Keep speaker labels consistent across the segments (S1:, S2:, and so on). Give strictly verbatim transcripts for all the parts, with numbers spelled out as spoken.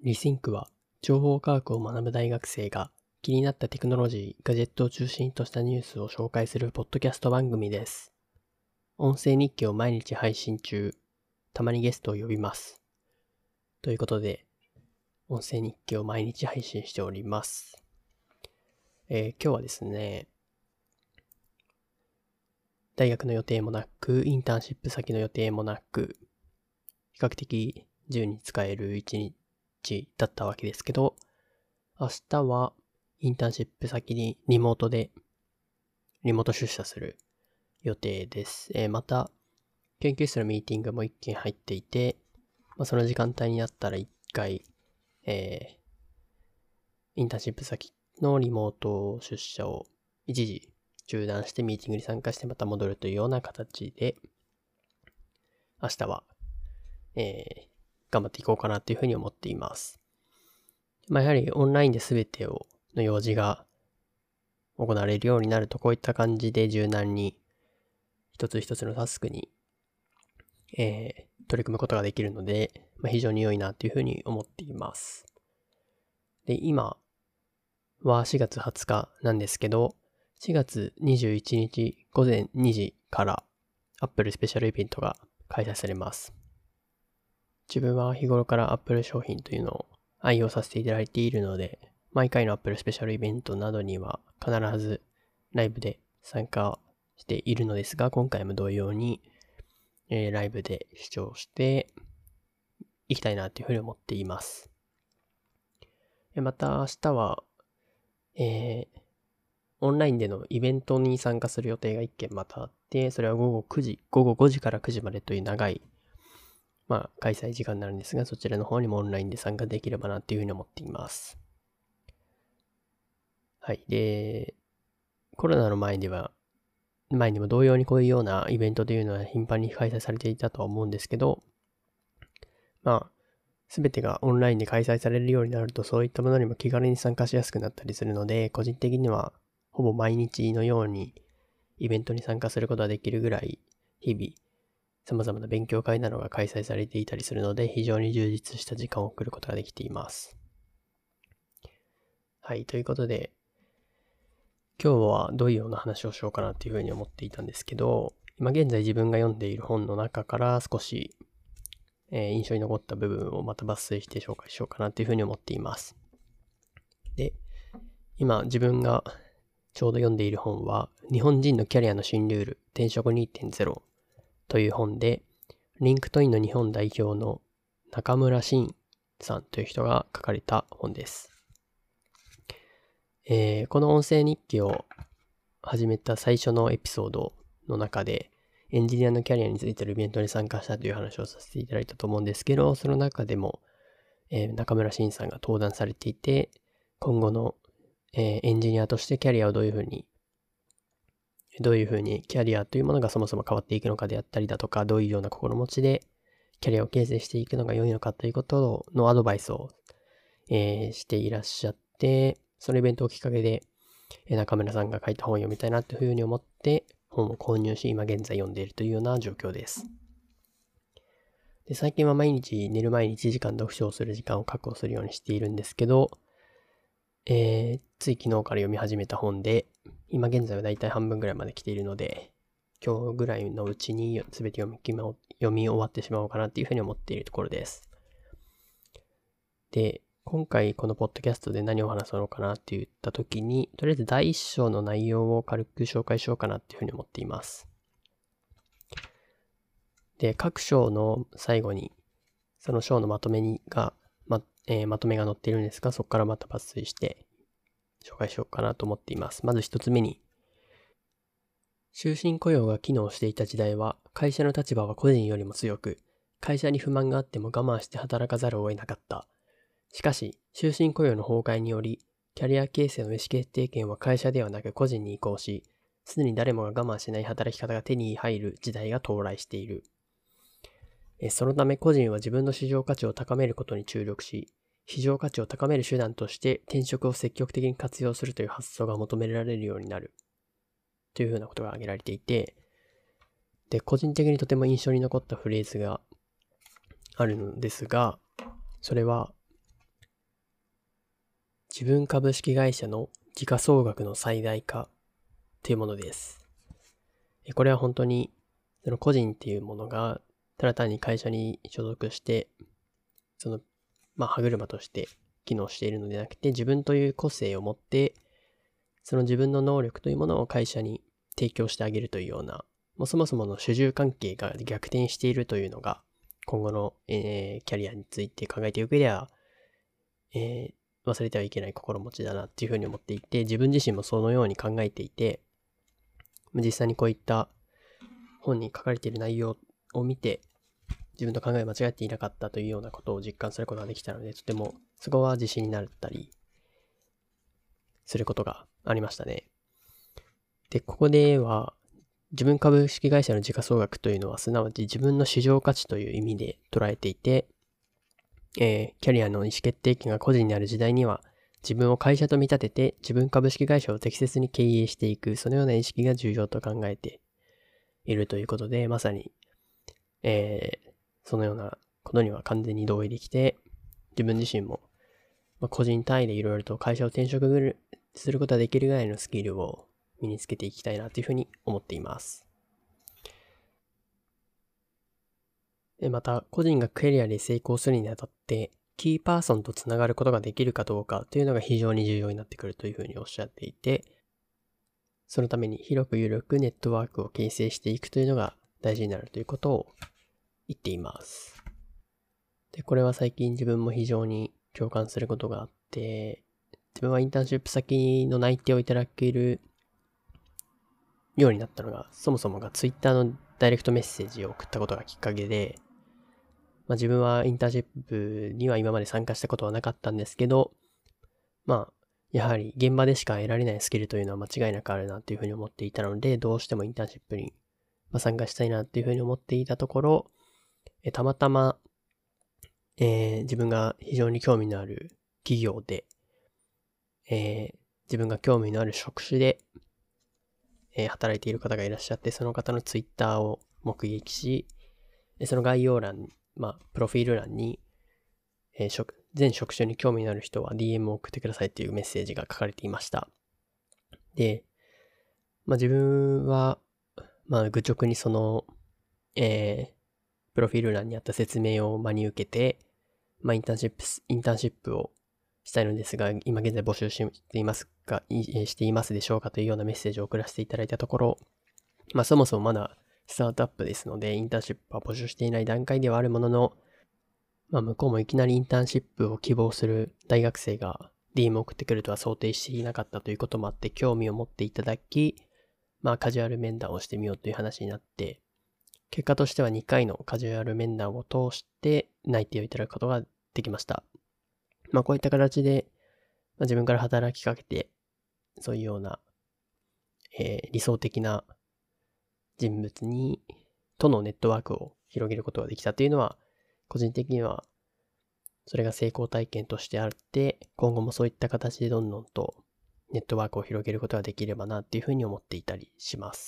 S1: リシンクは情報科学を学ぶ大学生が気になったテクノロジー、ガジェットを中心としたニュースを紹介するポッドキャスト番組です。音声日記を毎日配信中、たまにゲストを呼びます。ということで、音声日記を毎日配信しております。えー、今日はですね、大学の予定もなく、インターンシップ先の予定もなく、比較的自由に使える一日だったわけですけど、明日はインターンシップ先にリモートで、リモート出社する予定です。えー、また、研究室のミーティングも一件入っていて、まあ、その時間帯になったら一回、えー、インターンシップ先のリモート出社を一時中断してミーティングに参加してまた戻るというような形で、明日は、えー、頑張っていこうかなというふうに思っています。まあ、やはりオンラインで全てをの用事が行われるようになると、こういった感じで柔軟に一つ一つのタスクに、えー、取り組むことができるので、まあ、非常に良いなというふうに思っています。で、今はしがつはつかなんですけど、しがつにじゅういちにちごぜんにじから Apple スペシャルイベントが開催されます。自分は日頃から Apple 商品というのを愛用させていただいているので、毎回の Apple スペシャルイベントなどには必ずライブで参加しているのですが、今回も同様に、えー、ライブで視聴していきたいなというふうに思っています。また明日は、えー、オンラインでのイベントに参加する予定が一件またあって、それは午後くじ、午後ごじからくじまでという長い、まあ、開催時間になるんですが、そちらの方にもオンラインで参加できればなというふうに思っています。はい。で、コロナの前では、前にも同様にこういうようなイベントというのは頻繁に開催されていたとは思うんですけど、まあ、すべてがオンラインで開催されるようになると、そういったものにも気軽に参加しやすくなったりするので、個人的にはほぼ毎日のようにイベントに参加することができるぐらい、日々、様々な勉強会などが開催されていたりするので、非常に充実した時間を送ることができています。はい、ということで、今日はどういうような話をしようかなというふうに思っていたんですけど、今現在自分が読んでいる本の中から少し、えー、印象に残った部分をまた抜粋して紹介しようかなというふうに思っています。で、今自分がちょうど読んでいる本は、日本人のキャリアの新ルール、転職 にてんゼロ という本で、リンクトインの日本代表の中村真さんという人が書かれた本です。えー、この音声日記を始めた最初のエピソードの中で、エンジニアのキャリアについてのイベントに参加したという話をさせていただいたと思うんですけど、その中でも、えー、中村真さんが登壇されていて、今後の、えー、エンジニアとしてキャリアをどういうふうに、どういうふうにキャリアというものがそもそも変わっていくのかであったりだとか、どういうような心持ちでキャリアを形成していくのが良いのかということのアドバイスを、えー、していらっしゃって、そのイベントをきっかけで、中村さんが書いた本を読みたいなというふうに思って本を購入し、今現在読んでいるというような状況です。で、最近は毎日寝る前にいちじかん読書をする時間を確保するようにしているんですけど、えー、つい昨日から読み始めた本で、今現在はだいたい半分ぐらいまで来ているので、今日ぐらいのうちに全て読み、読み終わってしまおうかなというふうに思っているところです。で、今回このポッドキャストで何を話そうかなって言った時に、とりあえずだいいっ章の内容を軽く紹介しようかなっていうふうに思っています。で、各章の最後に、その章のまとめにが、ま、えー、まとめが載っているんですが、そこからまた抜粋して紹介しようかなと思っています。まず一つ目に、終身雇用が機能していた時代は、会社の立場は個人よりも強く、会社に不満があっても我慢して働かざるを得なかった。しかし、終身雇用の崩壊により、キャリア形成の意思決定権は会社ではなく個人に移行し、すでに誰もが我慢しない働き方が手に入る時代が到来している。そのため個人は自分の市場価値を高めることに注力し、市場価値を高める手段として転職を積極的に活用するという発想が求められるようになる。というふうなことが挙げられていて、で、個人的にとても印象に残ったフレーズがあるのですが、それは、 自分株式会社の時価総額の最大化というものです。これは本当にその個人っていうものがただ単に会社に所属してそのまあ歯車として機能しているのではなくて、自分という個性を持ってその自分の能力というものを会社に提供してあげるというような、もうそもそもの主従関係が逆転しているというのが今後の、えー、キャリアについて考えていく上では、えー、忘れてはいけない心持ちだなっていうふうに思っていて、自分自身もそのように考えていて、実際にこういった本に書かれている内容を見て自分と考え間違っていなかったというようなことを実感することができたので、とてもそこは自信になったりすることがありましたね。で、ここでは自分株式会社の時価総額というのはすなわち自分の市場価値という意味で捉えていて、えー、キャリアの意思決定権が個人にある時代には自分を会社と見立てて自分株式会社を適切に経営していく、そのような意識が重要と考えているということで、まさに、えー、そのようなことには完全に同意できて、自分自身も、まあ、個人単位でいろいろと会社を転職することができるぐらいのスキルを身につけていきたいなというふうに思っています。でまた、個人がキャリアで成功するにあたって、キーパーソンとつながることができるかどうかというのが非常に重要になってくるというふうにおっしゃっていて、そのために広く緩くネットワークを形成していくというのが大事になるということを言っています。で、これは最近自分も非常に共感することがあって、自分はインターンシップ先の内定をいただけるようになったのが、そもそもがツイッターのダイレクトメッセージを送ったことがきっかけで、まあ、自分はインターンシップには今まで参加したことはなかったんですけど、まあ、やはり現場でしか得られないスキルというのは間違いなくあるなというふうに思っていたので、どうしてもインターンシップに参加したいなというふうに思っていたところ、えたまたま、えー、自分が非常に興味のある企業で、えー、自分が興味のある職種で、えー、働いている方がいらっしゃって、その方のツイッターを目撃し、その概要欄、まあ、プロフィール欄に、えー、職全職種に興味のある人は ディーエム を送ってくださいというメッセージが書かれていました。で、まあ、自分は、まあ、愚直にその、えー、プロフィール欄にあった説明を真に受けて、まあ、インターンシップ、インターンシップをしたいのですが、今現在募集していますか、していますでしょうかというようなメッセージを送らせていただいたところ、まあ、そもそもまだスタートアップですので、インターンシップは募集していない段階ではあるものの、まあ、向こうもいきなりインターンシップを希望する大学生が ディーエム を送ってくるとは想定していなかったということもあって、興味を持っていただき、まあ、カジュアル面談をしてみようという話になって、結果としてはにかいのカジュアル面談を通して内定をいただくことができました。まあ、こういった形で、まあ、自分から働きかけて、そういうような、えー、理想的な人物に、とのネットワークを広げることができたというのは、個人的には、それが成功体験としてあって、今後もそういった形でどんどんとネットワークを広げることができればなっていうふうに思っていたりします。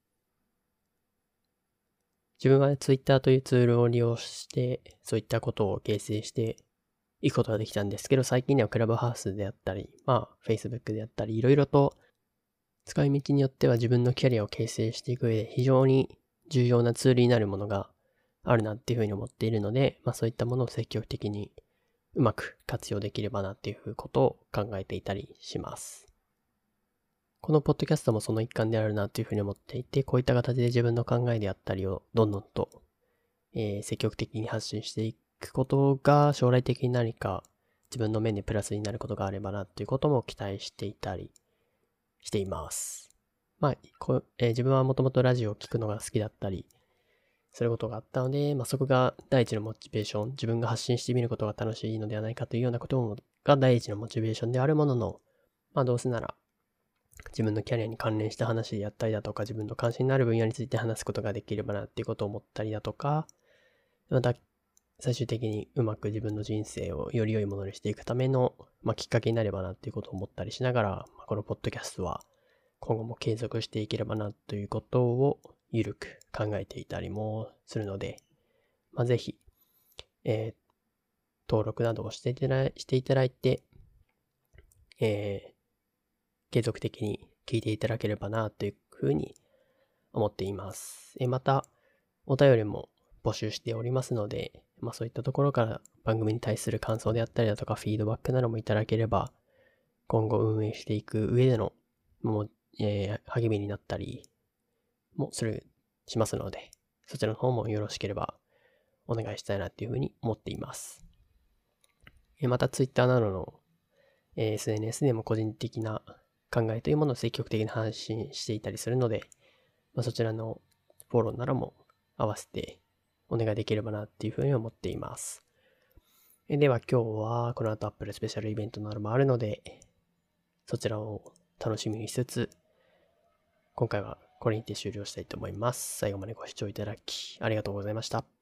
S1: 自分は Twitter というツールを利用して、そういったことを形成していくことができたんですけど、最近ではクラブハウスであったり、まあ Facebook であったり、いろいろと使い道によっては自分のキャリアを形成していく上で非常に重要なツールになるものがあるなっていうふうに思っているので、まあそういったものを積極的にうまく活用できればなっていうことを考えていたりします。このポッドキャストもその一環であるなというふうに思っていて、こういった形で自分の考えであったりをどんどんと、えー、積極的に発信していくことが将来的に何か自分の面でプラスになることがあればなということも期待していたりしています。まあ、こえー、自分はもともとラジオを聞くのが好きだったりすることがあったので、まあ、そこが第一のモチベーション、自分が発信してみることが楽しいのではないかというようなことが第一のモチベーションであるものの、まあどうせなら自分のキャリアに関連した話であったりだとか、自分の関心のある分野について話すことができればなっていうことを思ったりだとか、また最終的にうまく自分の人生をより良いものにしていくための、まあ、きっかけになればなっていうことを思ったりしながら、まあ、このポッドキャストは今後も継続していければなということをゆるく考えていたりもするので、まあ、ぜひ、えー、登録などをしていただいて、 えー、継続的に聞いていただければなというふうに思っています。えー、また、お便りも募集しておりますので、まあそういったところから番組に対する感想であったりだとか、フィードバックなどもいただければ、今後運営していく上での、もう、えー、励みになったりもする、しますので、そちらの方もよろしければお願いしたいなっていうふうに思っています。また Twitter などの エスエヌエス でも個人的な考えというものを積極的に発信していたりするので、まあ、そちらのフォローなども合わせてお願いできればなっていうふうに思っています。では今日はこの後 Apple スペシャルイベントなどもあるので、そちらを楽しみにしつつ、今回はこれにて終了したいと思います。最後までご視聴いただきありがとうございました。